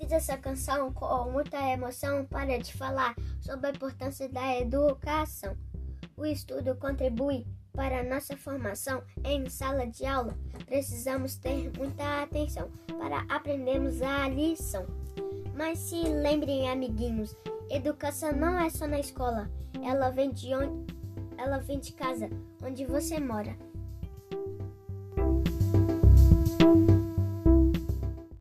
Fiz essa canção com muita emoção para te falar sobre a importância da educação. O estudo contribui para a nossa formação em sala de aula. Precisamos ter muita atenção para aprendermos a lição. Mas se lembrem, amiguinhos, educação não é só na escola. Ela vem de casa, onde você mora.